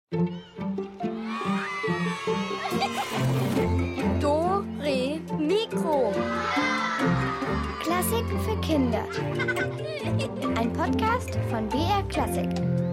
Dore Mikro. Klassiken für Kinder. Ein Podcast von BR Klassik.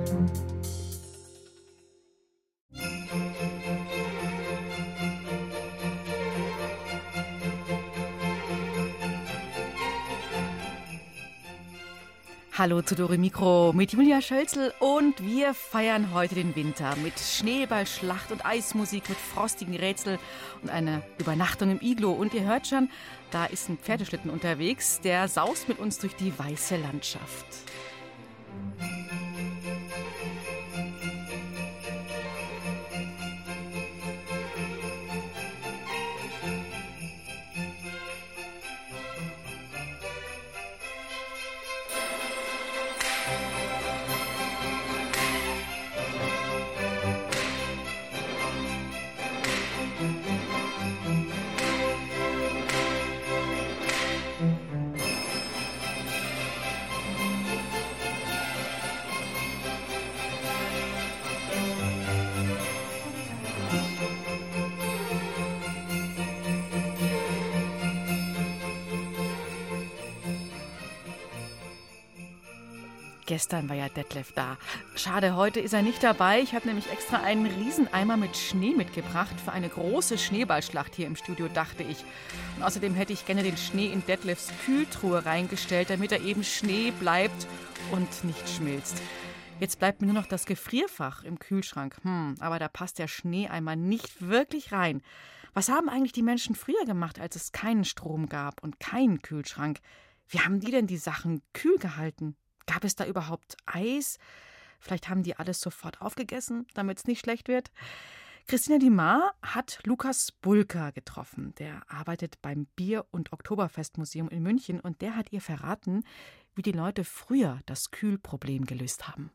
Hallo zu Dore Mikro mit Julia Schölzel und wir feiern heute den Winter mit Schneeballschlacht und Eismusik, mit frostigen Rätsel und einer Übernachtung im Iglo. Und ihr hört schon, da ist ein Pferdeschlitten unterwegs, der saust mit uns durch die weiße Landschaft. Gestern war ja Detlef da. Schade, heute ist er nicht dabei. Ich habe nämlich extra einen Rieseneimer mit Schnee mitgebracht für eine große Schneeballschlacht hier im Studio, dachte ich. Und außerdem hätte ich gerne den Schnee in Detlefs Kühltruhe reingestellt, damit er eben Schnee bleibt und nicht schmilzt. Jetzt bleibt mir nur noch das Gefrierfach im Kühlschrank. Aber da passt der Schneeeimer nicht wirklich rein. Was haben eigentlich die Menschen früher gemacht, als es keinen Strom gab und keinen Kühlschrank? Wie haben die denn die Sachen kühl gehalten? Gab es da überhaupt Eis? Vielleicht haben die alles sofort aufgegessen, damit es nicht schlecht wird. Christina Dimar hat Lukas Bulka getroffen. Der arbeitet beim Bier- und Oktoberfestmuseum in München und der hat ihr verraten, wie die Leute früher das Kühlproblem gelöst haben.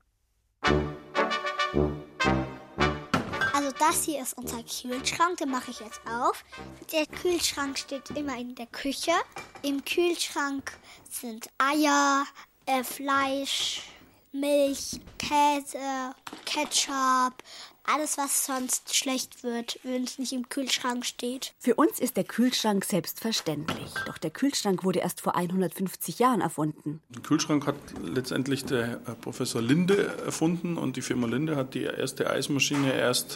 Also das hier ist unser Kühlschrank, den mache ich jetzt auf. Der Kühlschrank steht immer in der Küche. Im Kühlschrank sind Eier, Fleisch, Milch, Käse, Ketchup, alles, was sonst schlecht wird, wenn es nicht im Kühlschrank steht. Für uns ist der Kühlschrank selbstverständlich. Doch der Kühlschrank wurde erst vor 150 Jahren erfunden. Den Kühlschrank hat letztendlich der Professor Linde erfunden und die Firma Linde hat die erste Eismaschine erst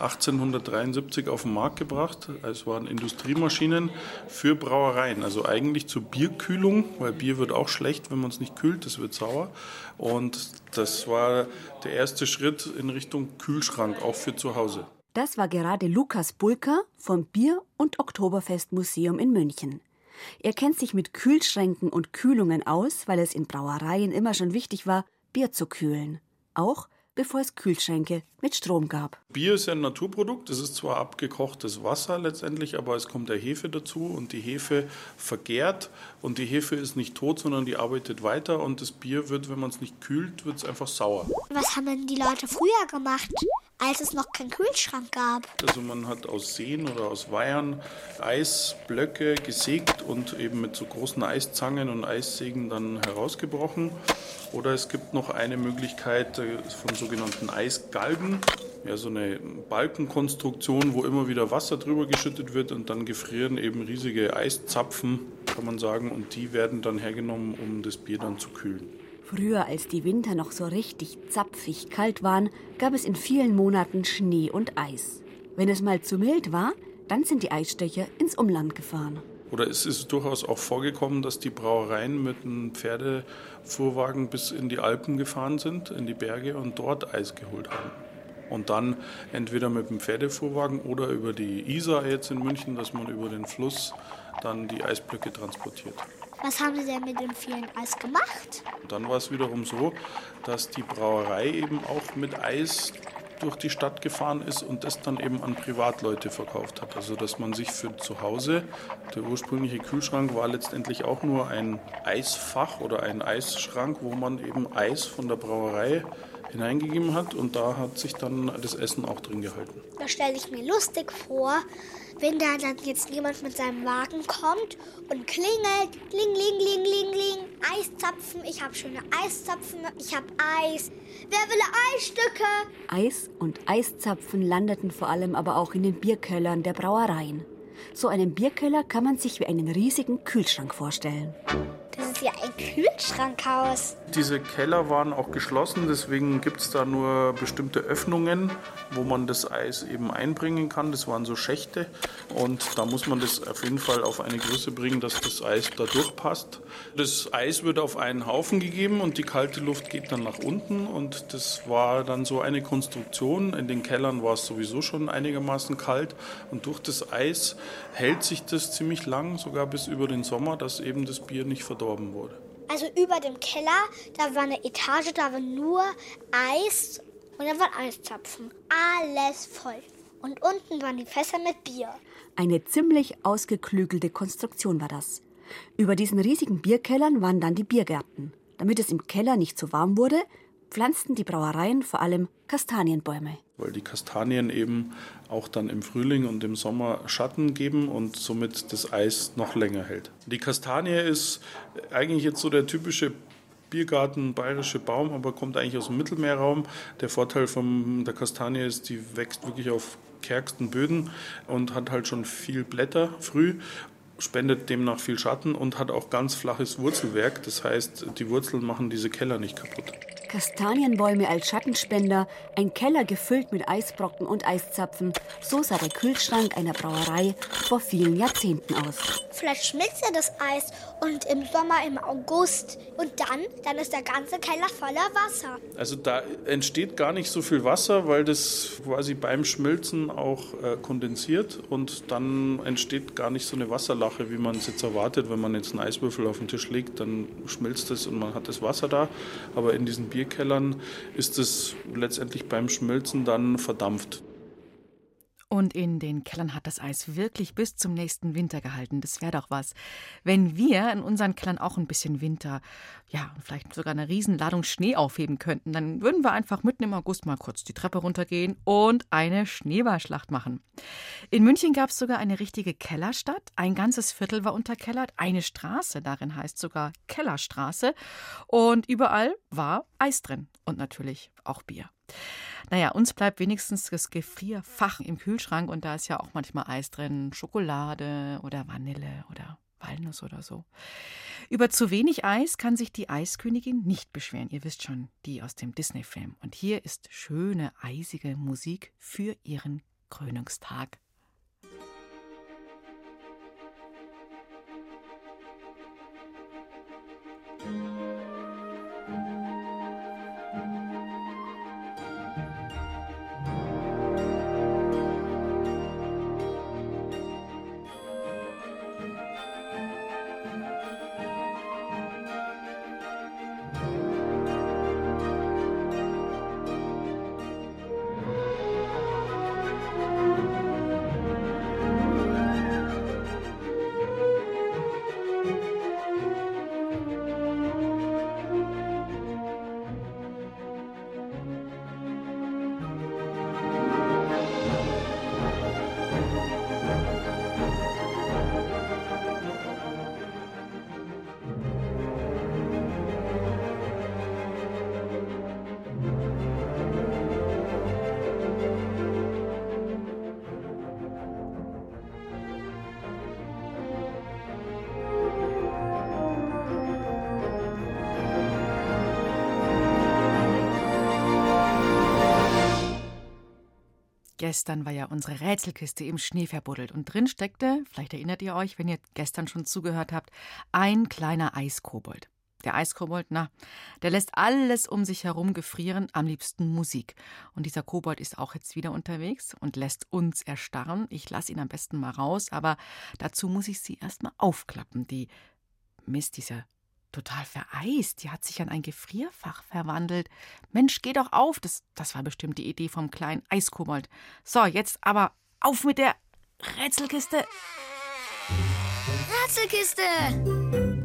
1873 auf den Markt gebracht. Es waren Industriemaschinen für Brauereien, also eigentlich zur Bierkühlung, weil Bier wird auch schlecht, wenn man es nicht kühlt, das wird sauer. Und das war der erste Schritt in Richtung Kühlschrank, auch für zu Hause. Das war gerade Lukas Bulka vom Bier- und Oktoberfestmuseum in München. Er kennt sich mit Kühlschränken und Kühlungen aus, weil es in Brauereien immer schon wichtig war, Bier zu kühlen. Auch bevor es Kühlschränke mit Strom gab. Bier ist ja ein Naturprodukt, es ist zwar abgekochtes Wasser letztendlich, aber es kommt der Hefe dazu und die Hefe vergärt und die Hefe ist nicht tot, sondern die arbeitet weiter und das Bier wird, wenn man es nicht kühlt, wird es einfach sauer. Was haben denn die Leute früher gemacht, als es noch keinen Kühlschrank gab? Also man hat aus Seen oder aus Weihern Eisblöcke gesägt und eben mit so großen Eiszangen und Eissägen dann herausgebrochen. Oder es gibt noch eine Möglichkeit von sogenannten Eisgalgen. Ja, so eine Balkenkonstruktion, wo immer wieder Wasser drüber geschüttet wird und dann gefrieren eben riesige Eiszapfen, kann man sagen. Und die werden dann hergenommen, um das Bier dann zu kühlen. Früher, als die Winter noch so richtig zapfig kalt waren, gab es in vielen Monaten Schnee und Eis. Wenn es mal zu mild war, dann sind die Eisstöcher ins Umland gefahren. Oder es ist durchaus auch vorgekommen, dass die Brauereien mit einem Pferdefuhrwagen bis in die Alpen gefahren sind, in die Berge und dort Eis geholt haben. Und dann entweder mit dem Pferdefuhrwagen oder über die Isar jetzt in München, dass man über den Fluss dann die Eisblöcke transportiert. Was haben Sie denn mit dem vielen Eis gemacht? Und dann war es wiederum so, dass die Brauerei eben auch mit Eis durch die Stadt gefahren ist und das dann eben an Privatleute verkauft hat. Also dass man sich für zu Hause, der ursprüngliche Kühlschrank war letztendlich auch nur ein Eisfach oder ein Eisschrank, wo man eben Eis von der Brauerei hineingegeben hat und da hat sich dann das Essen auch drin gehalten. Da stelle ich mir lustig vor, wenn da dann jetzt jemand mit seinem Wagen kommt und klingelt, kling, kling, kling, kling, kling, Eiszapfen, ich habe schöne Eiszapfen, ich habe Eis. Wer will Eisstücke? Eis und Eiszapfen landeten vor allem aber auch in den Bierkellern der Brauereien. So einen Bierkeller kann man sich wie einen riesigen Kühlschrank vorstellen. Das ist ja ein Kühlschrankhaus. Diese Keller waren auch geschlossen, deswegen gibt es da nur bestimmte Öffnungen, wo man das Eis eben einbringen kann. Das waren so Schächte und da muss man das auf jeden Fall auf eine Größe bringen, dass das Eis da durchpasst. Das Eis wird auf einen Haufen gegeben und die kalte Luft geht dann nach unten und das war dann so eine Konstruktion. In den Kellern war es sowieso schon einigermaßen kalt und durch das Eis hält sich das ziemlich lang, sogar bis über den Sommer, dass eben das Bier nicht verdorben wurde. Also über dem Keller, da war eine Etage, da war nur Eis und da waren Eiszapfen. Alles voll. Und unten waren die Fässer mit Bier. Eine ziemlich ausgeklügelte Konstruktion war das. Über diesen riesigen Bierkellern waren dann die Biergärten. Damit es im Keller nicht so warm wurde, pflanzten die Brauereien vor allem Kastanienbäume. Weil die Kastanien eben auch dann im Frühling und im Sommer Schatten geben und somit das Eis noch länger hält. Die Kastanie ist eigentlich jetzt so der typische Biergarten, bayerische Baum, aber kommt eigentlich aus dem Mittelmeerraum. Der Vorteil von der Kastanie ist, die wächst wirklich auf kärgsten Böden und hat halt schon viel Blätter früh, spendet demnach viel Schatten und hat auch ganz flaches Wurzelwerk. Das heißt, die Wurzeln machen diese Keller nicht kaputt. Kastanienbäume als Schattenspender, ein Keller gefüllt mit Eisbrocken und Eiszapfen. So sah der Kühlschrank einer Brauerei vor vielen Jahrzehnten aus. Vielleicht schmilzt ja das Eis und im Sommer, im August. Und dann ist der ganze Keller voller Wasser. Also da entsteht gar nicht so viel Wasser, weil das quasi beim Schmilzen auch kondensiert und dann entsteht gar nicht so eine Wasserlache, wie man es jetzt erwartet. Wenn man jetzt einen Eiswürfel auf den Tisch legt, dann schmilzt es und man hat das Wasser da. Aber in diesen Bierkellern ist es letztendlich beim Schmilzen dann verdampft. Und in den Kellern hat das Eis wirklich bis zum nächsten Winter gehalten. Das wäre doch was. Wenn wir in unseren Kellern auch ein bisschen Winter, ja, vielleicht sogar eine Riesenladung Schnee aufheben könnten, dann würden wir einfach mitten im August mal kurz die Treppe runtergehen und eine Schneeballschlacht machen. In München gab es sogar eine richtige Kellerstadt. Ein ganzes Viertel war unterkellert. Eine Straße darin heißt sogar Kellerstraße. Und überall war Eis drin. Und natürlich auch Bier. Naja, uns bleibt wenigstens das Gefrierfach im Kühlschrank und da ist ja auch manchmal Eis drin, Schokolade oder Vanille oder Walnuss oder so. Über zu wenig Eis kann sich die Eiskönigin nicht beschweren. Ihr wisst schon, die aus dem Disney-Film. Und hier ist schöne, eisige Musik für ihren Krönungstag. Gestern war ja unsere Rätselkiste im Schnee verbuddelt und drin steckte, vielleicht erinnert ihr euch, wenn ihr gestern schon zugehört habt, ein kleiner Eiskobold. Der Eiskobold, der lässt alles um sich herum gefrieren, am liebsten Musik. Und dieser Kobold ist auch jetzt wieder unterwegs und lässt uns erstarren. Ich lasse ihn am besten mal raus, aber dazu muss ich sie erst mal aufklappen. Mist, dieser total vereist. Die hat sich an ein Gefrierfach verwandelt. Mensch, geh doch auf. Das war bestimmt die Idee vom kleinen Eiskobold. So, jetzt aber auf mit der Rätselkiste. Rätselkiste!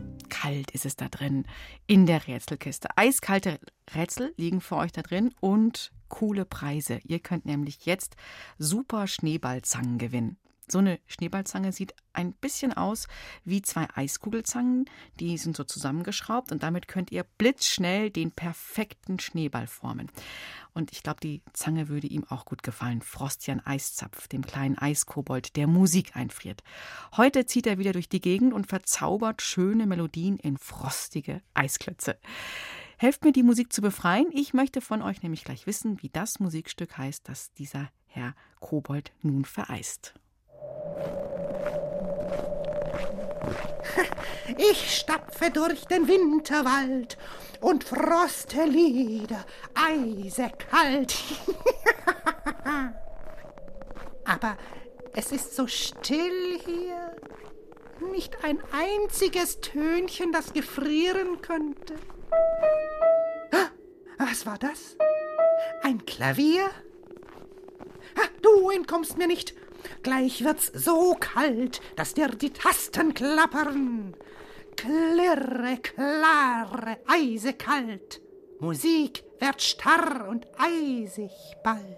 kalt ist es da drin in der Rätselkiste. Eiskalte Rätsel liegen für euch da drin und coole Preise. Ihr könnt nämlich jetzt super Schneeballzangen gewinnen. So eine Schneeballzange sieht ein bisschen aus wie 2 Eiskugelzangen. Die sind so zusammengeschraubt und damit könnt ihr blitzschnell den perfekten Schneeball formen. Und ich glaube, die Zange würde ihm auch gut gefallen. Frostjan Eiszapf, dem kleinen Eiskobold, der Musik einfriert. Heute zieht er wieder durch die Gegend und verzaubert schöne Melodien in frostige Eisklötze. Helft mir, die Musik zu befreien. Ich möchte von euch nämlich gleich wissen, wie das Musikstück heißt, das dieser Herr Kobold nun vereist. Ich stapfe durch den Winterwald und froste Lieder eisekalt. Aber es ist so still hier. Nicht ein einziges Tönchen, das gefrieren könnte. Was war das? Ein Klavier? Du entkommst mir nicht. Gleich wird's so kalt, dass dir die Tasten klappern. Klirre, klare, eisekalt. Musik wird starr und eisig bald.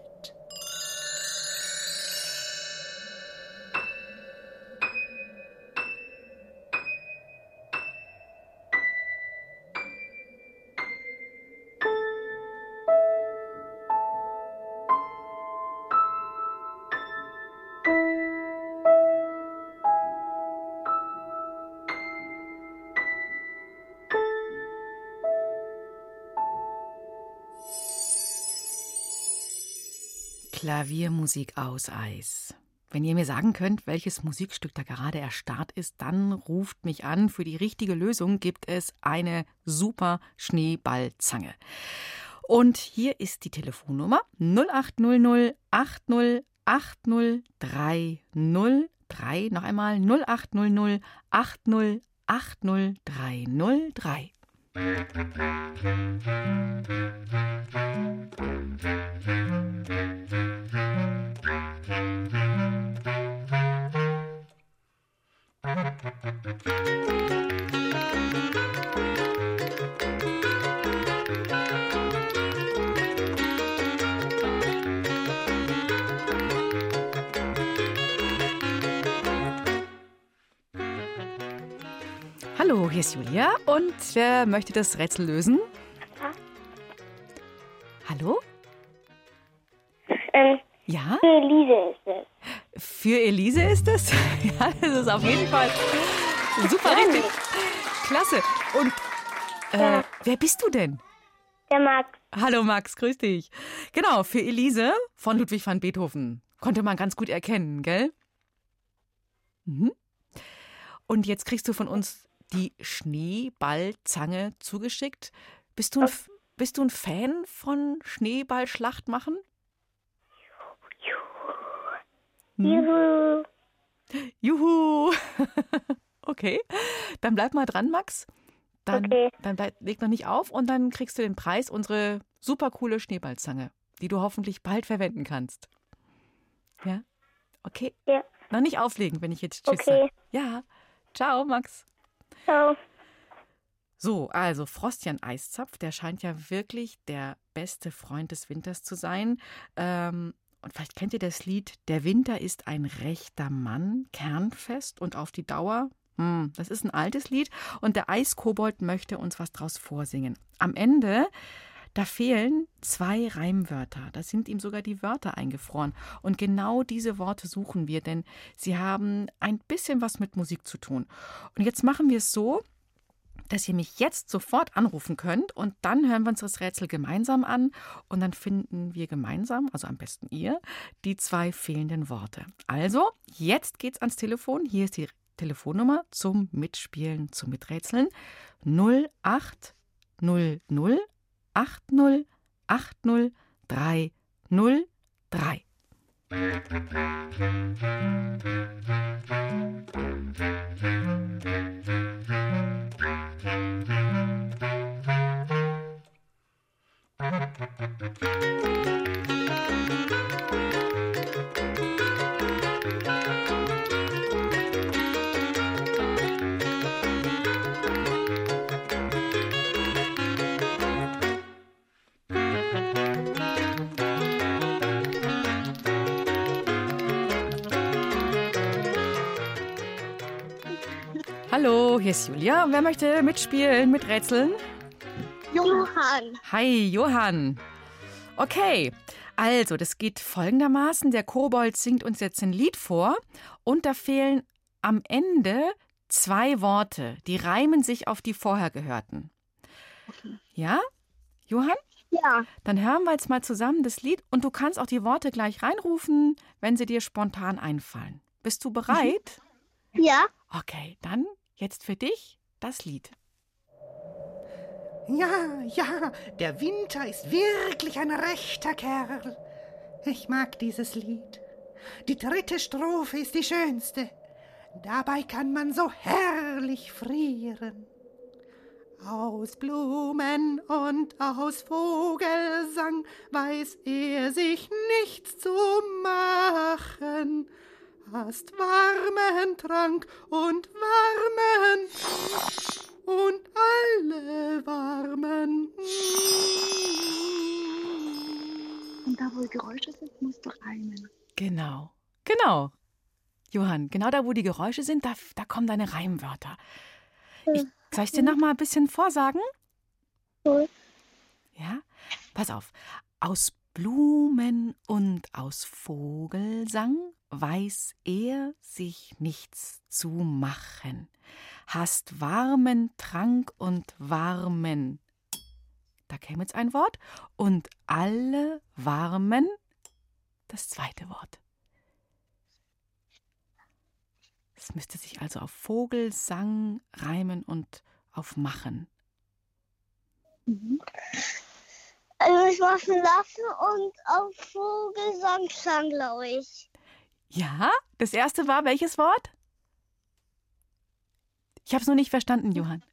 Klaviermusik aus Eis. Wenn ihr mir sagen könnt, welches Musikstück da gerade erstarrt ist, dann ruft mich an. Für die richtige Lösung gibt es eine super Schneeballzange. Und hier ist die Telefonnummer 0800 80 80 303. Noch einmal 0800 80 80 303. Hallo, hier ist Julia und wer möchte das Rätsel lösen? Hallo? Ja? Für Elise ist es. Für Elise ist es? Ja, das ist auf jeden Fall super richtig. Klasse. Und wer bist du denn? Der Max. Hallo Max, grüß dich. Genau, für Elise von Ludwig van Beethoven. Konnte man ganz gut erkennen, gell? Mhm. Und jetzt kriegst du von uns die Schneeballzange zugeschickt. Bist du ein Fan von Schneeballschlacht machen? Juhu. Juhu. Okay, dann bleib mal dran, Max. Okay. Dann leg noch nicht auf und dann kriegst du den Preis, unsere super coole Schneeballzange, die du hoffentlich bald verwenden kannst. Ja? Okay? Ja. Noch nicht auflegen, wenn ich jetzt Tschüss Okay. sage. Ja. Ciao, Max. Ciao. So, also Frostjan Eiszapf, der scheint ja wirklich der beste Freund des Winters zu sein. Und vielleicht kennt ihr das Lied Der Winter ist ein rechter Mann, kernfest und auf die Dauer. Das ist ein altes Lied und der Eiskobold möchte uns was draus vorsingen. Am Ende, da fehlen 2 Reimwörter. Da sind ihm sogar die Wörter eingefroren. Und genau diese Worte suchen wir, denn sie haben ein bisschen was mit Musik zu tun. Und jetzt machen wir es so, dass ihr mich jetzt sofort anrufen könnt und dann hören wir uns das Rätsel gemeinsam an und dann finden wir gemeinsam, also am besten ihr, die 2 fehlenden Worte. Also, jetzt geht's ans Telefon. Hier ist die Telefonnummer zum Mitspielen, zum Miträtseln 0800 80 80 303. Hallo, hier ist Julia. Wer möchte mitspielen, miträtseln? Johann. Hi, Johann. Okay, also das geht folgendermaßen. Der Kobold singt uns jetzt ein Lied vor und da fehlen am Ende 2 Worte. Die reimen sich auf die vorher gehörten. Okay. Ja? Johann? Ja. Dann hören wir jetzt mal zusammen das Lied und du kannst auch die Worte gleich reinrufen, wenn sie dir spontan einfallen. Bist du bereit? Ja. Okay, dann jetzt für dich das Lied. Ja, der Winter ist wirklich ein rechter Kerl. Ich mag dieses Lied. Die 3. Strophe ist die schönste. Dabei kann man so herrlich frieren. Aus Blumen und aus Vogelsang weiß er sich nichts zu machen. Hast warmen Trank und warmen und alle warmen. Und da, wo Geräusche sind, musst du reimen. Genau. Johann, genau da, wo die Geräusche sind, da kommen deine Reimwörter. Soll ich dir noch mal ein bisschen vorsagen? Cool. Ja? Pass auf. Aus Blumen und aus Vogelsang weiß er sich nichts zu machen. Hast warmen Trank und warmen. Da käme jetzt ein Wort. Und alle warmen. Das 2. Wort. Es müsste sich also auf Vogelsang reimen und auf machen. Also ich war schlafen und auf Vogelsang sang, glaube ich. Ja, das erste war welches Wort? Ich habe es noch nicht verstanden, Johann.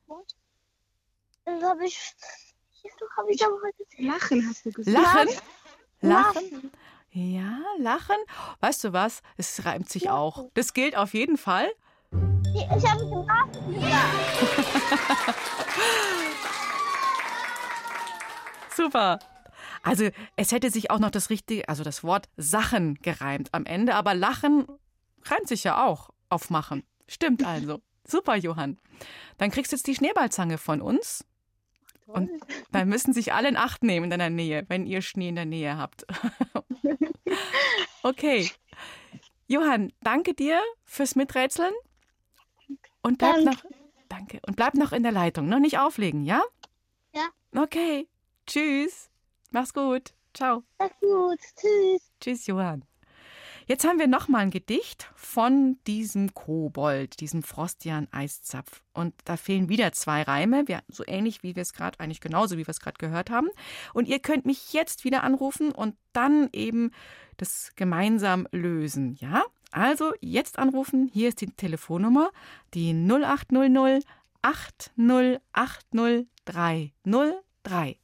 Das habe ich aber heute gesagt. Lachen hast du gesagt. Lachen? Ja, lachen. Weißt du was? Es reimt sich auch. Das gilt auf jeden Fall. Ich habe gesagt. Super. Also es hätte sich auch noch das Wort Sachen gereimt am Ende, aber Lachen reimt sich ja auch auf Machen. Stimmt also. Super, Johann. Dann kriegst du jetzt die Schneeballzange von uns. Und dann müssen sich alle in Acht nehmen in deiner Nähe, wenn ihr Schnee in der Nähe habt. Okay. Johann, danke dir fürs Miträtseln. Und bleib noch in der Leitung. Noch nicht auflegen, ja? Ja. Okay. Tschüss. Mach's gut. Ciao. Das ist gut. Tschüss. Tschüss, Johann. Jetzt haben wir nochmal ein Gedicht von diesem Kobold, diesem Frostian Eiszapf. Und da fehlen wieder 2 Reime, so ähnlich wie wir es gerade, eigentlich genauso wie wir es gerade gehört haben. Und ihr könnt mich jetzt wieder anrufen und dann eben das gemeinsam lösen, ja? Also jetzt anrufen, hier ist die Telefonnummer, die 0800 8080 303.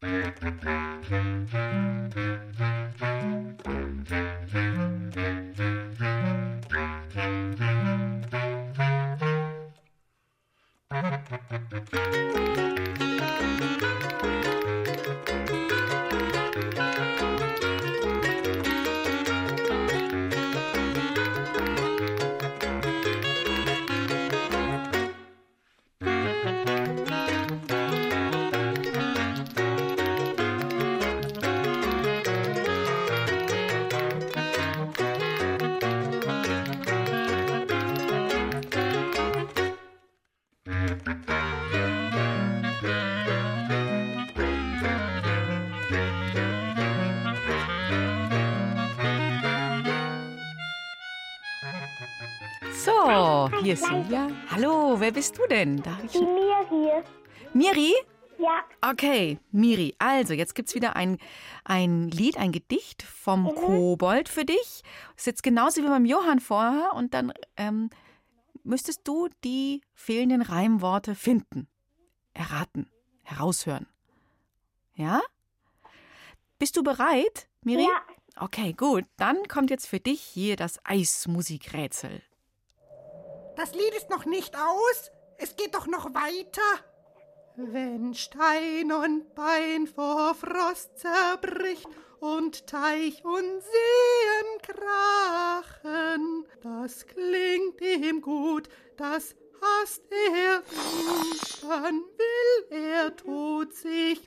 So, hier ist Silvia. Hallo, wer bist du denn? Die Miri. Miri? Ja. Okay, Miri. Also, jetzt gibt's wieder ein Lied, ein Gedicht vom Kobold für dich. Ist jetzt genauso wie beim Johann vorher. Und dann müsstest du die fehlenden Reimworte finden, erraten, heraushören. Ja? Bist du bereit, Miri? Ja. Okay, gut. Dann kommt jetzt für dich hier das Eismusikrätsel. Das Lied ist noch nicht aus. Es geht doch noch weiter. Wenn Stein und Bein vor Frost zerbricht und Teich und Seen krachen, das klingt ihm gut, das hasst er ihn, dann will er tot sich.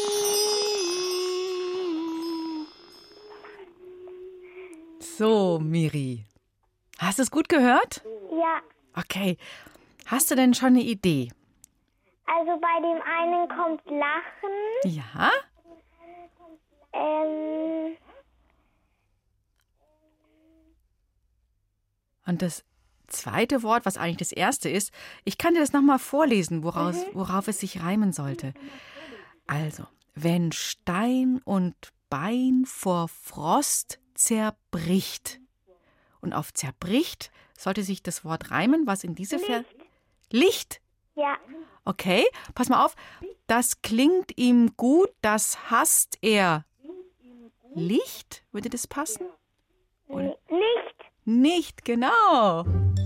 So, Miri. Hast du es gut gehört? Ja, Okay. Hast du denn schon eine Idee? also bei dem einen kommt Lachen. Ja? Und das zweite Wort, was eigentlich das erste ist, ich kann dir das nochmal vorlesen, worauf es sich reimen sollte. Also, wenn Stein und Bein vor Frost zerbricht. Und auf zerbricht sollte sich das Wort reimen, was in diese Licht. Ja, Okay, pass mal auf. Das klingt ihm gut, das hasst er. Licht? Würde das passen? Oder? nicht. Nicht, genau.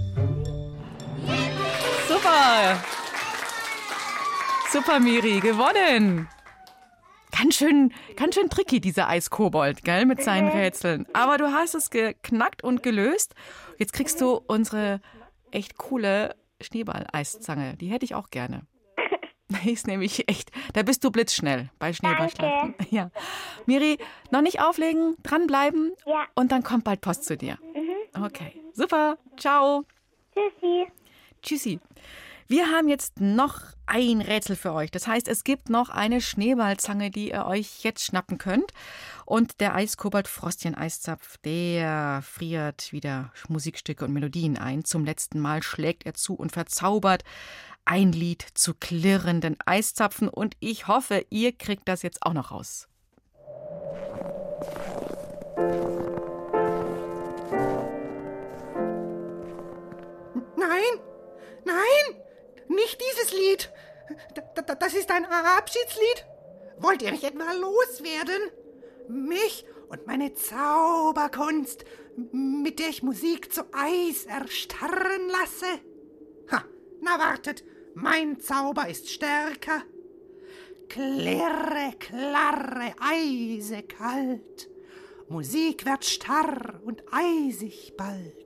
Super. Super, Miri, gewonnen. Ganz schön tricky, dieser Eiskobold, gell, mit seinen Rätseln. Aber du hast es geknackt und gelöst. Jetzt kriegst du unsere echt coole Schneeball-Eiszange. Die hätte ich auch gerne. Die ist nämlich echt, da bist du blitzschnell bei Schneeballschlachten. Ja. Miri, noch nicht auflegen, dranbleiben. Ja. Und dann kommt bald Post zu dir. Okay, super. Ciao. Tschüssi. Tschüssi. Wir haben jetzt noch ein Rätsel für euch. Das heißt, es gibt noch eine Schneeballzange, die ihr euch jetzt schnappen könnt. Und der Eiskobold Frostchen Eiszapf, der friert wieder Musikstücke und Melodien ein. Zum letzten Mal schlägt er zu und verzaubert ein Lied zu klirrenden Eiszapfen. Und ich hoffe, ihr kriegt das jetzt auch noch raus. Nein, nicht dieses Lied. Das ist ein Abschiedslied. Wollt ihr mich etwa loswerden? Mich und meine Zauberkunst, mit der ich Musik zu Eis erstarren lasse? Ha, na wartet, mein Zauber ist stärker. Klirre, klarre, eisekalt. Musik wird starr und eisig bald.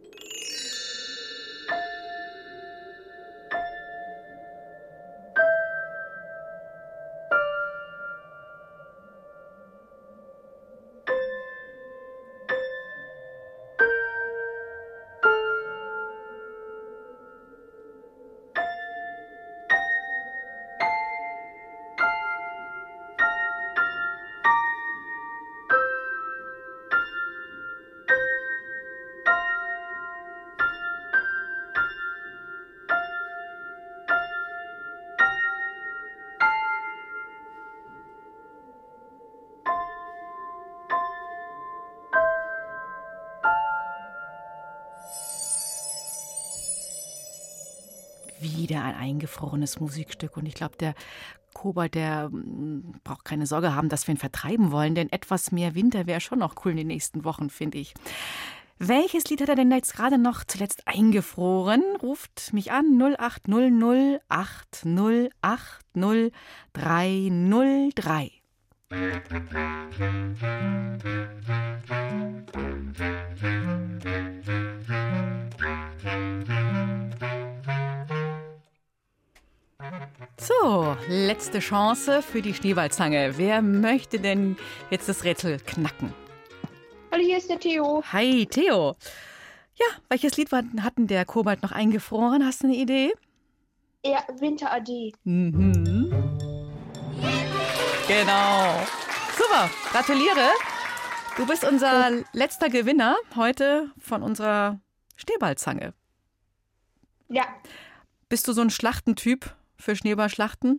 Wieder ein eingefrorenes Musikstück. Und ich glaube, der Kobold, der braucht keine Sorge haben, dass wir ihn vertreiben wollen. Denn etwas mehr Winter wäre schon noch cool in den nächsten Wochen, finde ich. Welches Lied hat er denn jetzt gerade noch zuletzt eingefroren? Ruft mich an 0800 808 0303. So, letzte Chance für die Schneeballzange. Wer möchte denn jetzt das Rätsel knacken? Hallo, hier ist der Theo. Hi, Theo. Ja, welches Lied hatten der Kobold noch eingefroren? Hast du eine Idee? Ja, Winter AD. Mhm. Genau. Super, gratuliere. Du bist unser letzter Gewinner heute von unserer Schneeballzange. Ja. Bist du so ein Schlachtentyp für Schneeballschlachten?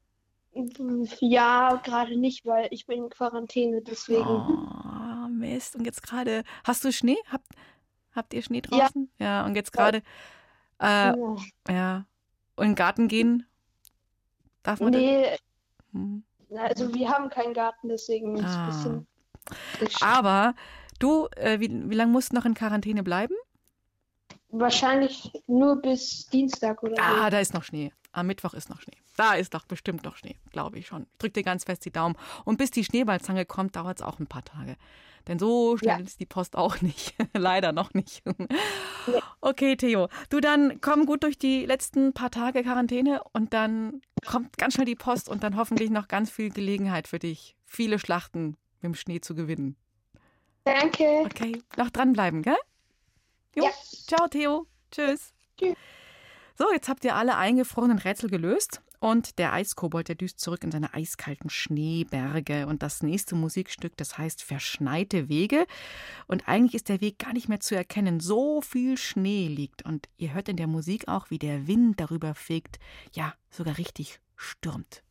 Ja, gerade nicht, weil ich bin in Quarantäne, deswegen. Oh, Mist. Und jetzt gerade, hast du Schnee? Habt ihr Schnee draußen? Ja, und jetzt gerade, ja. Und in den Garten gehen? Darf man Nee, das? also wir haben keinen Garten, deswegen ist es ein bisschen frisch. Aber du, wie lange musst du noch in Quarantäne bleiben? Wahrscheinlich nur bis Dienstag oder so. Ah, da ist noch Schnee. Am Mittwoch ist noch Schnee. Da ist doch bestimmt noch Schnee, glaube ich schon. Ich drück dir ganz fest die Daumen. Und bis die Schneeballzange kommt, dauert es auch ein paar Tage. Denn so schnell ist die Post auch nicht. Leider noch nicht. Okay, Theo. Du, dann komm gut durch die letzten paar Tage Quarantäne und dann kommt ganz schnell die Post und dann hoffentlich noch ganz viel Gelegenheit für dich, viele Schlachten mit dem Schnee zu gewinnen. Danke. Okay, noch dranbleiben, gell? Jo. Ja. Ciao, Theo. Tschüss. Tschüss. So, jetzt habt ihr alle eingefrorenen Rätsel gelöst. Und der Eiskobold, der düst zurück in seine eiskalten Schneeberge. Und das nächste Musikstück, das heißt Verschneite Wege. Und eigentlich ist der Weg gar nicht mehr zu erkennen. So viel Schnee liegt. Und ihr hört in der Musik auch, wie der Wind darüber fegt. Ja, sogar richtig stürmt.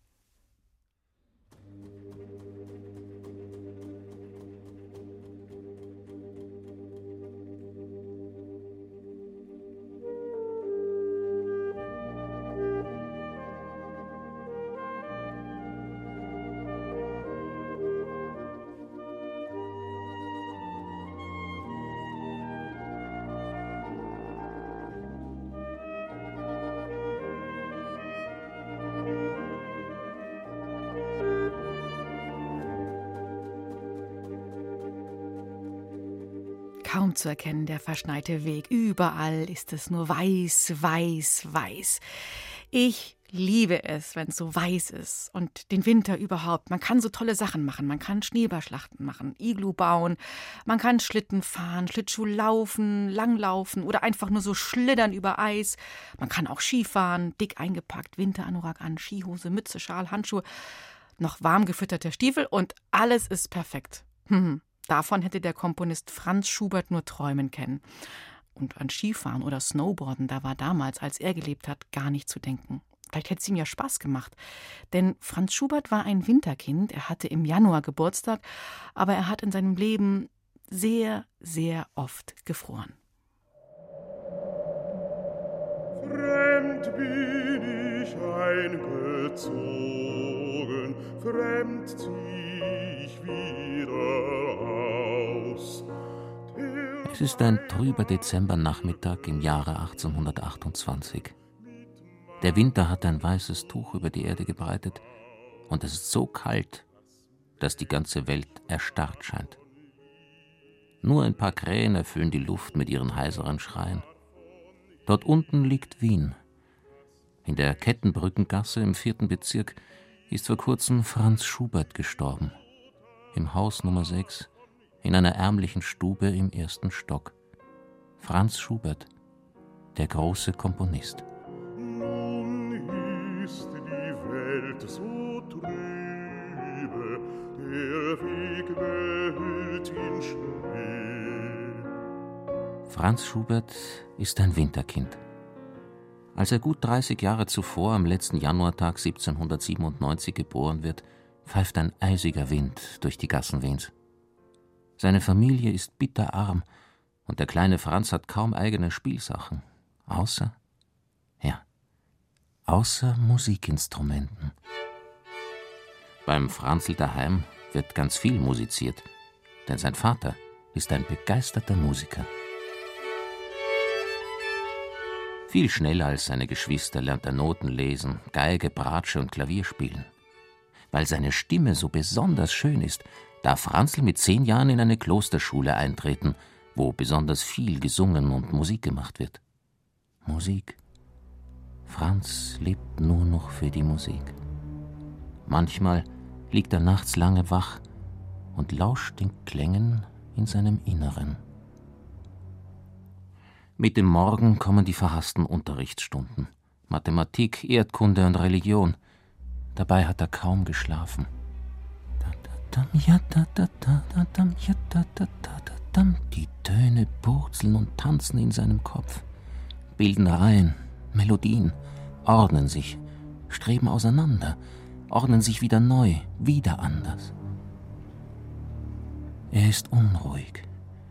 Kaum zu erkennen, der verschneite Weg. Überall ist es nur weiß, weiß, weiß. Ich liebe es, wenn es so weiß ist und den Winter überhaupt. Man kann so tolle Sachen machen. Man kann Schneeballschlachten machen, Iglu bauen, man kann Schlitten fahren, Schlittschuh laufen, langlaufen oder einfach nur so schlittern über Eis. Man kann auch Skifahren, dick eingepackt, Winteranorak an, Skihose, Mütze, Schal, Handschuhe, noch warm gefütterte Stiefel und alles ist perfekt. Davon hätte der Komponist Franz Schubert nur träumen können. Und an Skifahren oder Snowboarden, da war damals, als er gelebt hat, gar nicht zu denken. Vielleicht hätte es ihm ja Spaß gemacht. Denn Franz Schubert war ein Winterkind. Er hatte im Januar Geburtstag, aber er hat in seinem Leben sehr, sehr oft gefroren. Fremd bin ich eingezogen, fremd zieh ich wieder aus. Es ist ein trüber Dezembernachmittag im Jahre 1828. Der Winter hat ein weißes Tuch über die Erde gebreitet und es ist so kalt, dass die ganze Welt erstarrt scheint. Nur ein paar Krähen erfüllen die Luft mit ihren heiseren Schreien. Dort unten liegt Wien. In der Kettenbrückengasse im 4. Bezirk ist vor kurzem Franz Schubert gestorben. Im Haus Nummer 6, in einer ärmlichen Stube im 1. Stock. Franz Schubert, der große Komponist. Nun ist die Welt so trübe, der Weg behüllt in Schnee. Franz Schubert ist ein Winterkind. Als er gut 30 Jahre zuvor, am letzten Januartag 1797 geboren wird, pfeift ein eisiger Wind durch die Gassen Wiens. Seine Familie ist bitterarm und der kleine Franz hat kaum eigene Spielsachen, außer Musikinstrumenten. Beim Franzl daheim wird ganz viel musiziert, denn sein Vater ist ein begeisterter Musiker. Viel schneller als seine Geschwister lernt er Noten lesen, Geige, Bratsche und Klavier spielen. Weil seine Stimme so besonders schön ist, darf Franzl mit 10 Jahren in eine Klosterschule eintreten, wo besonders viel gesungen und Musik gemacht wird. Musik. Franz lebt nur noch für die Musik. Manchmal liegt er nachts lange wach und lauscht den Klängen in seinem Inneren. Mit dem Morgen kommen die verhassten Unterrichtsstunden. Mathematik, Erdkunde und Religion. Dabei hat er kaum geschlafen. Die Töne purzeln und tanzen in seinem Kopf, bilden Reihen, Melodien, ordnen sich, streben auseinander, ordnen sich wieder neu, wieder anders. Er ist unruhig.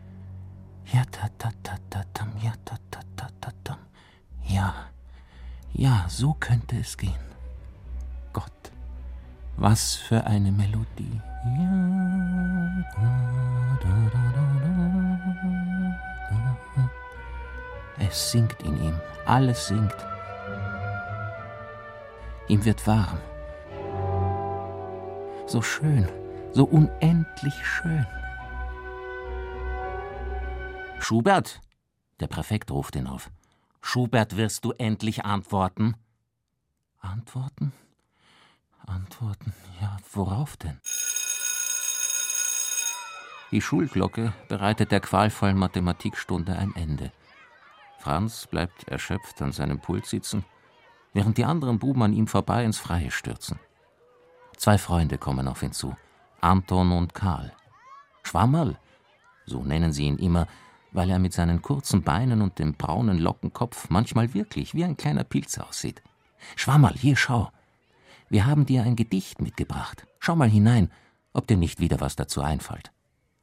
Ja, so könnte es gehen. Gott, was für eine Melodie. Es singt in ihm, alles singt. Ihm wird warm. So schön, so unendlich schön. »Schubert!« Der Präfekt ruft ihn auf. »Schubert, wirst du endlich antworten?« »Antworten? Antworten? Ja, worauf denn?« Die Schulglocke bereitet der qualvollen Mathematikstunde ein Ende. Franz bleibt erschöpft an seinem Pult sitzen, während die anderen Buben an ihm vorbei ins Freie stürzen. 2 Freunde kommen auf ihn zu, Anton und Karl. Schwammerl, so nennen sie ihn immer, weil er mit seinen kurzen Beinen und dem braunen Lockenkopf manchmal wirklich wie ein kleiner Pilz aussieht. »Schwammerl, hier schau. Wir haben dir ein Gedicht mitgebracht. Schau mal hinein, ob dir nicht wieder was dazu einfällt.«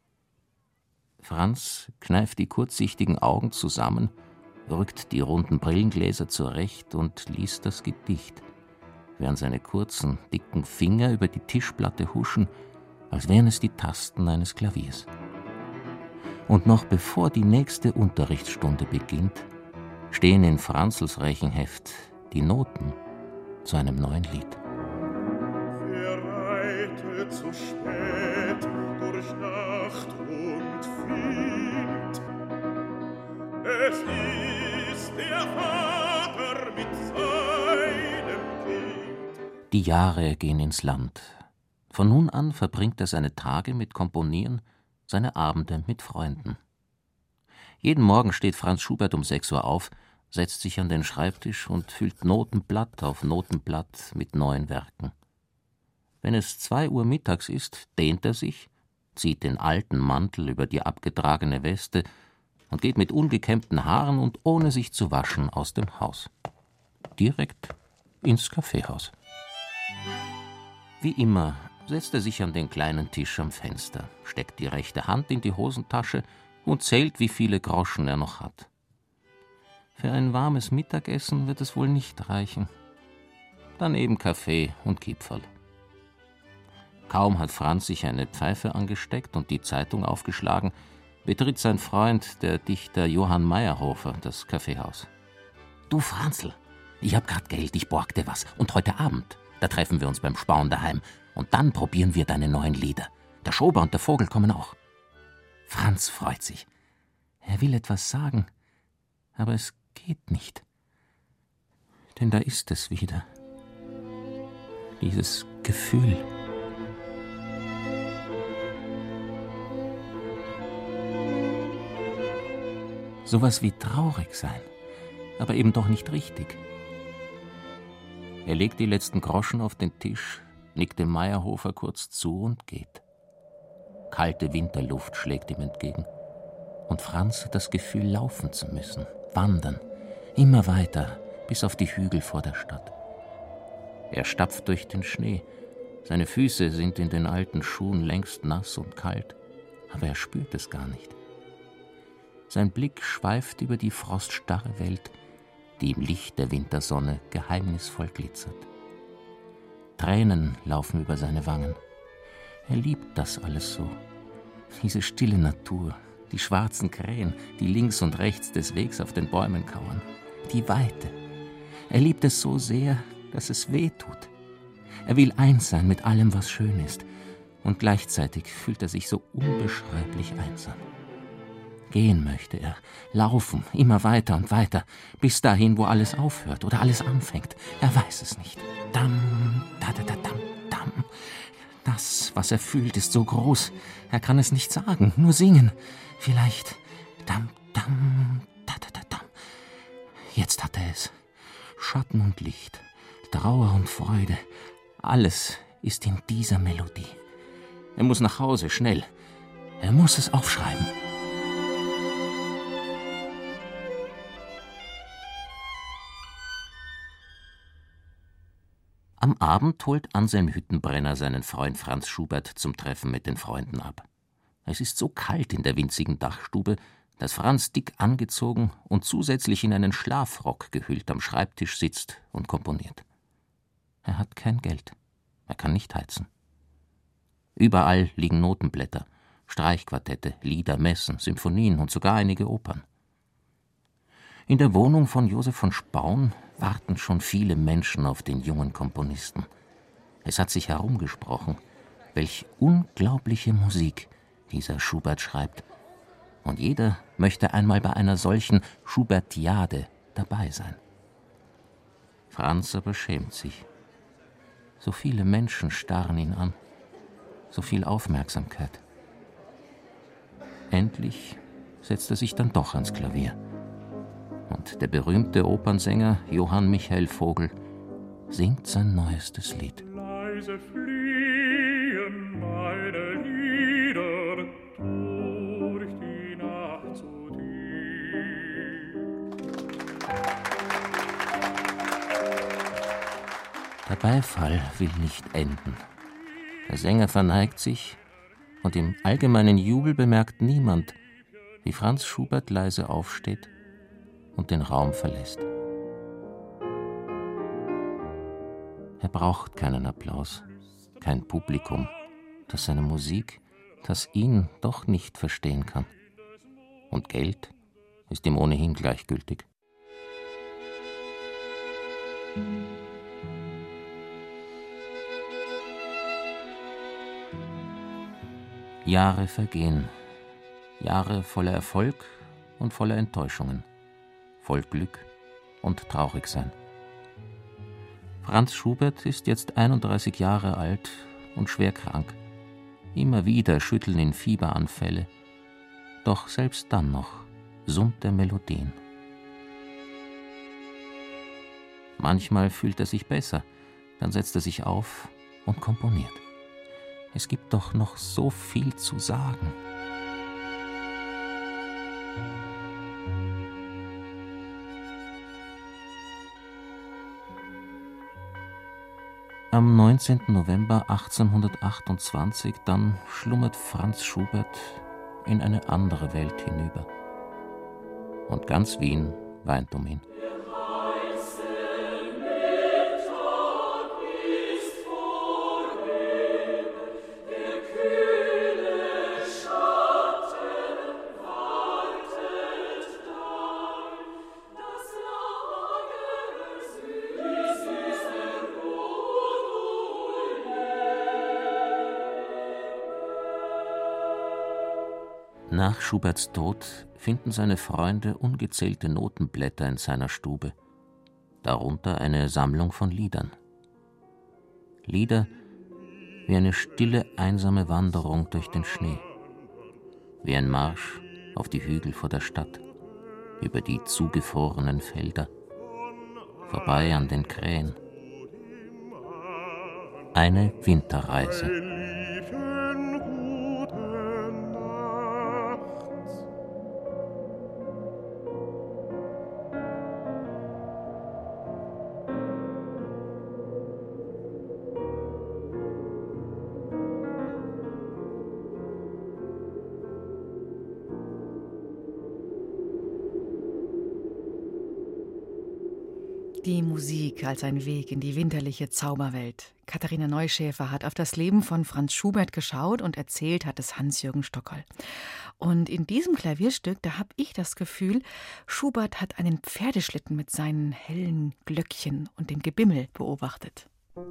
Franz kneift die kurzsichtigen Augen zusammen, rückt die runden Brillengläser zurecht und liest das Gedicht, während seine kurzen, dicken Finger über die Tischplatte huschen, als wären es die Tasten eines Klaviers. Und noch bevor die nächste Unterrichtsstunde beginnt, stehen in Franzls Rechenheft die Noten zu einem neuen Lied. Wer reitet so spät durch Nacht und Wind? Es ist der Vater mit seinem Kind. Die Jahre gehen ins Land. Von nun an verbringt er seine Tage mit Komponieren, seine Abende mit Freunden. Jeden Morgen steht Franz Schubert um 6 Uhr auf, setzt sich an den Schreibtisch und füllt Notenblatt auf Notenblatt mit neuen Werken. Wenn es 2 Uhr mittags ist, dehnt er sich, zieht den alten Mantel über die abgetragene Weste und geht mit ungekämmten Haaren und ohne sich zu waschen aus dem Haus. Direkt ins Kaffeehaus. Wie immer setzt er sich an den kleinen Tisch am Fenster, steckt die rechte Hand in die Hosentasche und zählt, wie viele Groschen er noch hat. Für ein warmes Mittagessen wird es wohl nicht reichen. Dann eben Kaffee und Kipferl. Kaum hat Franz sich eine Pfeife angesteckt und die Zeitung aufgeschlagen, betritt sein Freund, der Dichter Johann Meyerhofer, das Kaffeehaus. »Du Franzl, ich hab grad Geld, ich borg dir was. Und heute Abend, da treffen wir uns beim Spaun daheim. Und dann probieren wir deine neuen Lieder. Der Schober und der Vogel kommen auch.« Franz freut sich. Er will etwas sagen, aber es geht nicht. Denn da ist es wieder. Dieses Gefühl. Sowas wie traurig sein, aber eben doch nicht richtig. Er legt die letzten Groschen auf den Tisch, nickt dem Meyerhofer kurz zu und geht. Kalte Winterluft schlägt ihm entgegen. Und Franz hat das Gefühl, laufen zu müssen, wandern, immer weiter, bis auf die Hügel vor der Stadt. Er stapft durch den Schnee. Seine Füße sind in den alten Schuhen längst nass und kalt, aber er spürt es gar nicht. Sein Blick schweift über die froststarre Welt, die im Licht der Wintersonne geheimnisvoll glitzert. Tränen laufen über seine Wangen. Er liebt das alles so. Diese stille Natur, die schwarzen Krähen, die links und rechts des Wegs auf den Bäumen kauern, die Weite. Er liebt es so sehr, dass es weh tut. Er will eins sein mit allem, was schön ist, und gleichzeitig fühlt er sich so unbeschreiblich einsam. Gehen möchte er, laufen, immer weiter und weiter, bis dahin, wo alles aufhört oder alles anfängt. Er weiß es nicht. Dam, da, da, da, dam, dam. Das, was er fühlt, ist so groß. Er kann es nicht sagen, nur singen. Vielleicht dam, dam, da, da, da, dam. Jetzt hat er es. Schatten und Licht, Trauer und Freude. Alles ist in dieser Melodie. Er muss nach Hause, schnell. Er muss es aufschreiben. Am Abend holt Anselm Hüttenbrenner seinen Freund Franz Schubert zum Treffen mit den Freunden ab. Es ist so kalt in der winzigen Dachstube, dass Franz dick angezogen und zusätzlich in einen Schlafrock gehüllt am Schreibtisch sitzt und komponiert. Er hat kein Geld. Er kann nicht heizen. Überall liegen Notenblätter, Streichquartette, Lieder, Messen, Symphonien und sogar einige Opern. In der Wohnung von Josef von Spaun warten schon viele Menschen auf den jungen Komponisten. Es hat sich herumgesprochen, welch unglaubliche Musik dieser Schubert schreibt Und jeder möchte einmal bei einer solchen Schubertiade dabei sein. Franz aber schämt sich. So viele Menschen starren ihn an, so viel Aufmerksamkeit. Endlich setzt er sich dann doch ans Klavier. Und der berühmte Opernsänger Johann Michael Vogel singt sein neuestes Lied. Leise fliehen meine Lieder durch die Nacht zu dir. Der Beifall will nicht enden. Der Sänger verneigt sich und im allgemeinen Jubel bemerkt niemand, wie Franz Schubert leise aufsteht und den Raum verlässt. Er braucht keinen Applaus, kein Publikum, das seine Musik, das ihn doch nicht verstehen kann. Und Geld ist ihm ohnehin gleichgültig. Jahre vergehen, Jahre voller Erfolg und voller Enttäuschungen, voll Glück und Traurigsein. Franz Schubert ist jetzt 31 Jahre alt und schwer krank. Immer wieder schütteln ihn Fieberanfälle. Doch selbst dann noch summt er Melodien. Manchmal fühlt er sich besser, dann setzt er sich auf und komponiert. Es gibt doch noch so viel zu sagen. Am 19. November 1828 dann schlummert Franz Schubert in eine andere Welt hinüber. Und ganz Wien weint um ihn. Nach Schuberts Tod finden seine Freunde ungezählte Notenblätter in seiner Stube, darunter eine Sammlung von Liedern. Lieder wie eine stille, einsame Wanderung durch den Schnee, wie ein Marsch auf die Hügel vor der Stadt, über die zugefrorenen Felder, vorbei an den Krähen. Eine Winterreise. Die Musik als ein Weg in die winterliche Zauberwelt. Katharina Neuschäfer hat auf das Leben von Franz Schubert geschaut und erzählt hat es Hans-Jürgen Stockerl. Und in diesem Klavierstück, da habe ich das Gefühl, Schubert hat einen Pferdeschlitten mit seinen hellen Glöckchen und dem Gebimmel beobachtet.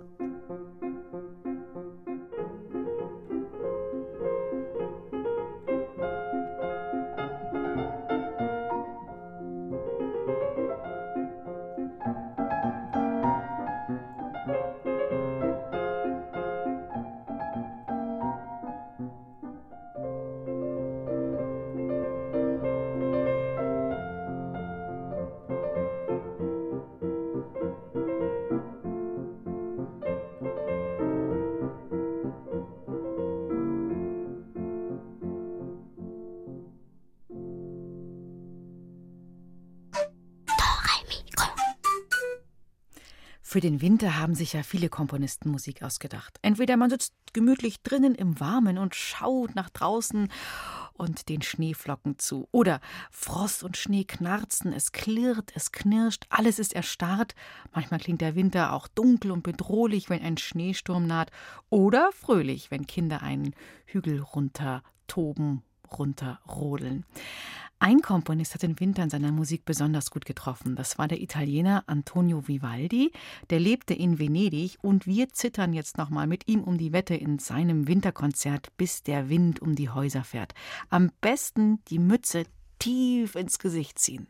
Für den Winter haben sich ja viele Komponisten Musik ausgedacht. Entweder man sitzt gemütlich drinnen im Warmen und schaut nach draußen und den Schneeflocken zu. Oder Frost und Schnee knarzen, es klirrt, es knirscht, alles ist erstarrt. Manchmal klingt der Winter auch dunkel und bedrohlich, wenn ein Schneesturm naht. Oder fröhlich, wenn Kinder einen Hügel runter toben, runter rodeln. Ein Komponist hat den Winter in seiner Musik besonders gut getroffen. Das war der Italiener Antonio Vivaldi. Der lebte in Venedig und wir zittern jetzt nochmal mit ihm um die Wette in seinem Winterkonzert, bis der Wind um die Häuser fährt. Am besten die Mütze tief ins Gesicht ziehen.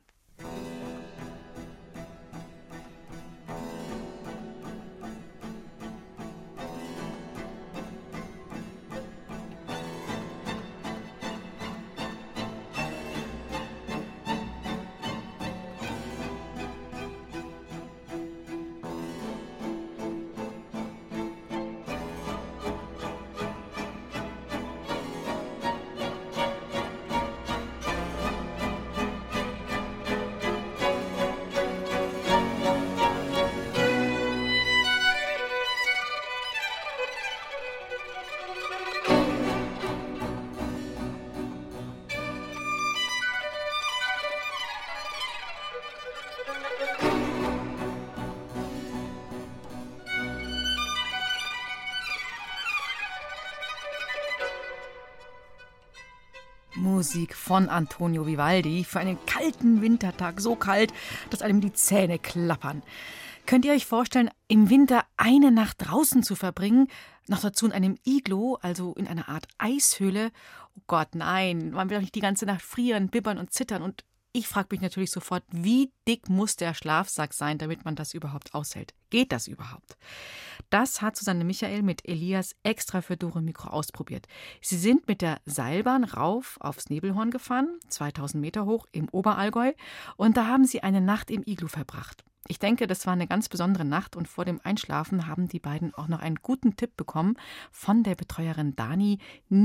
Musik von Antonio Vivaldi für einen kalten Wintertag, so kalt, dass einem die Zähne klappern. Könnt ihr euch vorstellen, im Winter eine Nacht draußen zu verbringen, noch dazu in einem Iglu, also in einer Art Eishöhle? Oh Gott, nein, man will doch nicht die ganze Nacht frieren, bibbern und zittern. Und ich frage mich natürlich sofort, wie dick muss der Schlafsack sein, damit man das überhaupt aushält? Geht das überhaupt? Das hat Susanne Michael mit Elias extra für Dore Mikro ausprobiert. Sie sind mit der Seilbahn rauf aufs Nebelhorn gefahren, 2000 Meter hoch im Oberallgäu, und da haben sie eine Nacht im Iglu verbracht. Ich denke, das war eine ganz besondere Nacht und vor dem Einschlafen haben die beiden auch noch einen guten Tipp bekommen von der Betreuerin Dani: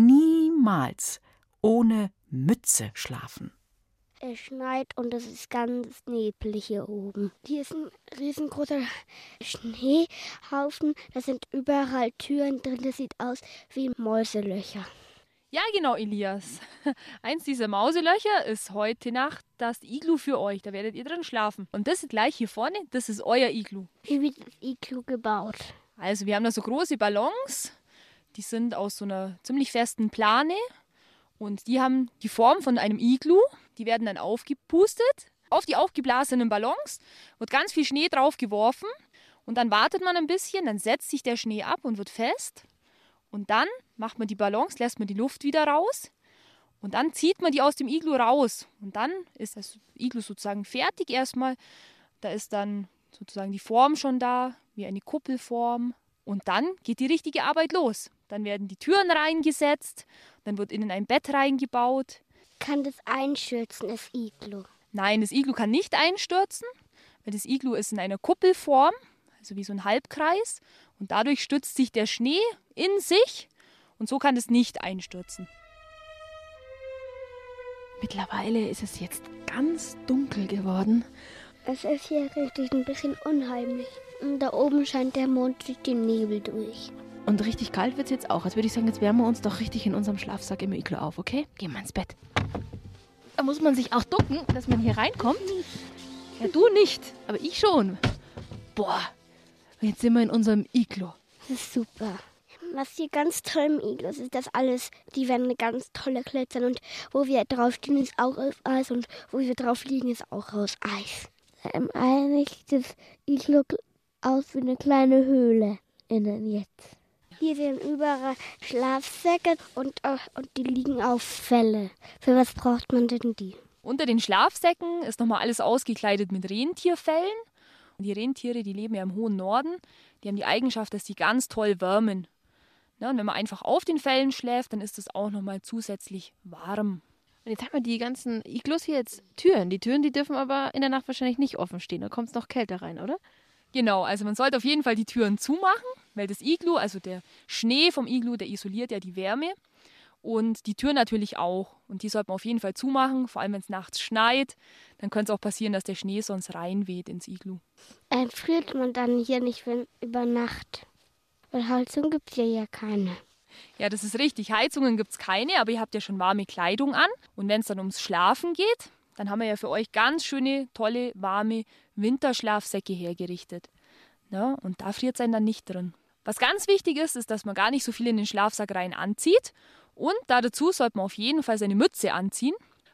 niemals ohne Mütze schlafen. Es schneit und es ist ganz neblig hier oben. Hier ist ein riesengroßer Schneehaufen. Da sind überall Türen drin. Das sieht aus wie Mäuselöcher. Ja, genau, Elias. Eins dieser Mauselöcher ist heute Nacht das Iglu für euch. Da werdet ihr drin schlafen. Und das gleich hier vorne, das ist euer Iglu. Wie wird das Iglu gebaut? Also wir haben da so große Ballons. Die sind aus so einer ziemlich festen Plane. Und die haben die Form von einem Iglu. Die werden dann aufgepustet. Auf die aufgeblasenen Ballons wird ganz viel Schnee drauf geworfen. Und dann wartet man ein bisschen, dann setzt sich der Schnee ab und wird fest. Und dann macht man die Ballons, lässt man die Luft wieder raus. Und dann zieht man die aus dem Iglu raus. Und dann ist das Iglu sozusagen fertig erstmal. Da ist dann sozusagen die Form schon da, wie eine Kuppelform. Und dann geht die richtige Arbeit los. Dann werden die Türen reingesetzt, dann wird innen ein Bett reingebaut. Kann das einstürzen, das Iglu? Nein, das Iglu kann nicht einstürzen, weil das Iglu ist in einer Kuppelform, also wie so ein Halbkreis. Und dadurch stützt sich der Schnee in sich und so kann es nicht einstürzen. Mittlerweile ist es jetzt ganz dunkel geworden. Es ist hier richtig ein bisschen unheimlich. Und da oben scheint der Mond durch den Nebel durch. Und richtig kalt wird es jetzt auch. Also würde ich sagen, jetzt wärmen wir uns doch richtig in unserem Schlafsack im Iglu auf, okay? Gehen wir ins Bett. Da muss man sich auch ducken, dass man hier reinkommt. Ja, du nicht, aber ich schon. Boah, und jetzt sind wir in unserem Iglu. Das ist super. Was hier ganz toll im Iglu ist, dass alles, die werden ganz tolle Klettern. Und wo wir draufstehen, ist auch aus Eis. Und wo wir drauf liegen, ist auch aus Eis. Eigentlich sieht das Iglu aus wie eine kleine Höhle innen jetzt. Hier sind überall Schlafsäcke und die liegen auf Felle. Für was braucht man denn die? Unter den Schlafsäcken ist nochmal alles ausgekleidet mit Rentierfellen. Und die Rentiere, die leben ja im hohen Norden. Die haben die Eigenschaft, dass sie ganz toll wärmen. Ja, und wenn man einfach auf den Fellen schläft, dann ist es auch nochmal zusätzlich warm. Und jetzt haben wir die ganzen Iglus hier jetzt Türen. Die Türen, die dürfen aber in der Nacht wahrscheinlich nicht offen stehen. Da kommt es noch kälter rein, oder? Genau, also man sollte auf jeden Fall die Türen zumachen, weil das Iglu, also der Schnee vom Iglu, der isoliert ja die Wärme. Und die Tür natürlich auch. Und die sollte man auf jeden Fall zumachen, vor allem wenn es nachts schneit. Dann könnte es auch passieren, dass der Schnee sonst reinweht ins Iglu. Friert man dann hier nicht über Nacht? Weil Heizung gibt es ja keine. Ja, das ist richtig. Heizungen gibt es keine, aber ihr habt ja schon warme Kleidung an. Und wenn es dann ums Schlafen geht, dann haben wir ja für euch ganz schöne, tolle, warme Winterschlafsäcke hergerichtet. Ja, und da friert es einen dann nicht drin. Was ganz wichtig ist, ist, dass man gar nicht so viel in den Schlafsack rein anzieht. Und dazu sollte man auf jeden Fall seine Mütze anziehen,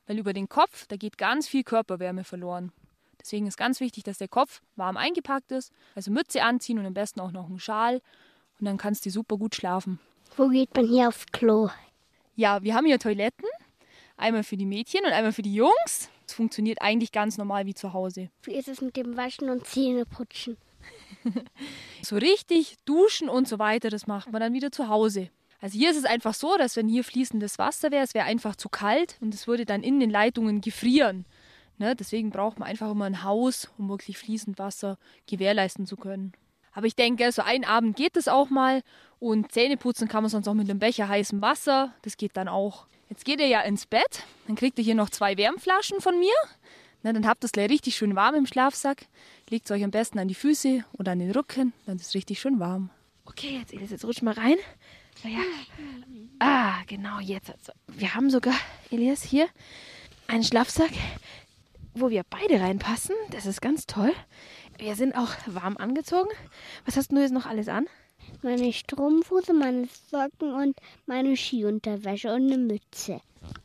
weil über den Kopf, da geht ganz viel Körperwärme verloren. Deswegen ist ganz wichtig, dass der Kopf warm eingepackt ist, also Mütze anziehen und am besten auch noch einen Schal und dann kannst du super gut schlafen. Wo geht man hier aufs Klo? Ja, wir haben hier Toiletten, einmal für die Mädchen und einmal für die Jungs. Es funktioniert eigentlich ganz normal wie zu Hause. Wie ist es mit dem Waschen und Zähneputzen? So richtig duschen und so weiter, das macht man dann wieder zu Hause. Also hier ist es einfach so, dass wenn hier fließendes Wasser wäre, es wäre einfach zu kalt und es würde dann in den Leitungen gefrieren. Ne? Deswegen braucht man einfach immer ein Haus, um wirklich fließend Wasser gewährleisten zu können. Aber ich denke, so einen Abend geht das auch mal und Zähne putzen kann man sonst auch mit einem Becher heißem Wasser. Das geht dann auch. Jetzt geht ihr ja ins Bett, dann kriegt ihr hier noch 2 Wärmflaschen von mir. Na, dann habt ihr es gleich richtig schön warm im Schlafsack. Legt es euch am besten an die Füße oder an den Rücken, dann ist es richtig schön warm. Okay, jetzt rutsch mal rein. Ja. Ah, genau, jetzt. Also, wir haben sogar, Elias, hier einen Schlafsack, wo wir beide reinpassen. Das ist ganz toll. Wir sind auch warm angezogen. Was hast du jetzt noch alles an? Meine Strumpfhose, meine Socken und meine Skiunterwäsche und eine Mütze.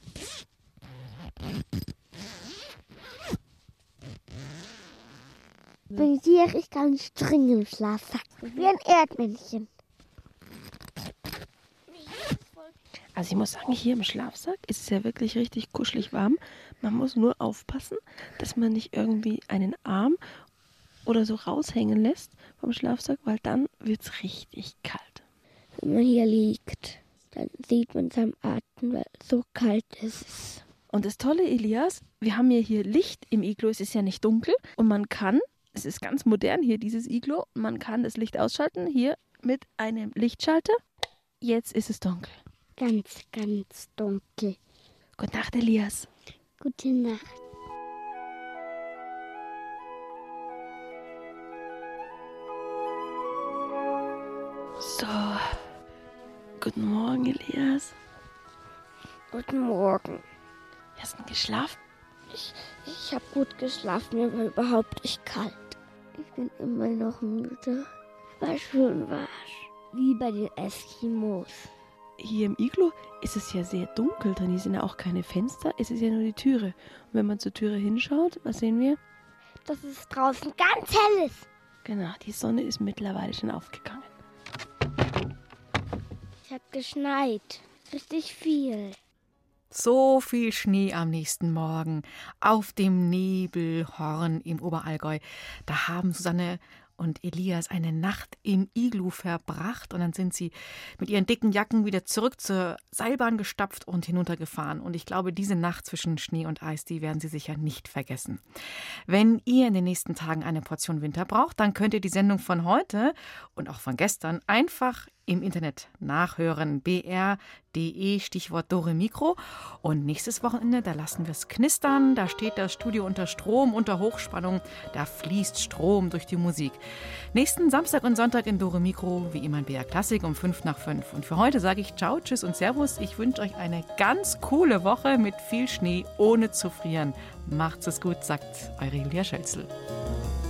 Bin hier ich ganz streng im Schlafsack, wie ein Erdmännchen. Also ich muss sagen, hier im Schlafsack ist es ja wirklich richtig kuschelig warm. Man muss nur aufpassen, dass man nicht irgendwie einen Arm oder so raushängen lässt vom Schlafsack, weil dann wird es richtig kalt. Wenn man hier liegt, dann sieht man seinen Atem, weil so kalt ist es. Und das Tolle, Elias, wir haben ja hier Licht im Iglu, es ist ja nicht dunkel und man kann, es ist ganz modern hier, dieses Iglu, man kann das Licht ausschalten, hier mit einem Lichtschalter. Jetzt ist es dunkel. Ganz, ganz dunkel. Gute Nacht, Elias. Gute Nacht. So. Guten Morgen, Elias. Guten Morgen. Hast du geschlafen? Ich habe gut geschlafen, mir war überhaupt nicht kalt. Ich bin immer noch müde. War schön war's. Wie bei den Eskimos. Hier im Iglu ist es ja sehr dunkel drin. Hier sind ja auch keine Fenster, es ist ja nur die Türe. Und wenn man zur Türe hinschaut, was sehen wir? Dass es draußen ganz hell ist. Genau, die Sonne ist mittlerweile schon aufgegangen. Es hat geschneit. Richtig viel. So viel Schnee am nächsten Morgen auf dem Nebelhorn im Oberallgäu. Da haben Susanne und Elias eine Nacht im Iglu verbracht und dann sind sie mit ihren dicken Jacken wieder zurück zur Seilbahn gestapft und hinuntergefahren. Und ich glaube, diese Nacht zwischen Schnee und Eis, die werden sie sicher nicht vergessen. Wenn ihr in den nächsten Tagen eine Portion Winter braucht, dann könnt ihr die Sendung von heute und auch von gestern einfach im Internet nachhören. br.de, Stichwort Dore Mikro. Und nächstes Wochenende, da lassen wir es knistern. Da steht das Studio unter Strom, unter Hochspannung. Da fließt Strom durch die Musik. Nächsten Samstag und Sonntag in Dore Mikro, wie immer in BR Klassik um 5:05. Und für heute sage ich Ciao, Tschüss und Servus. Ich wünsche euch eine ganz coole Woche mit viel Schnee, ohne zu frieren. Macht's es gut, sagt eure Julia Schölzel.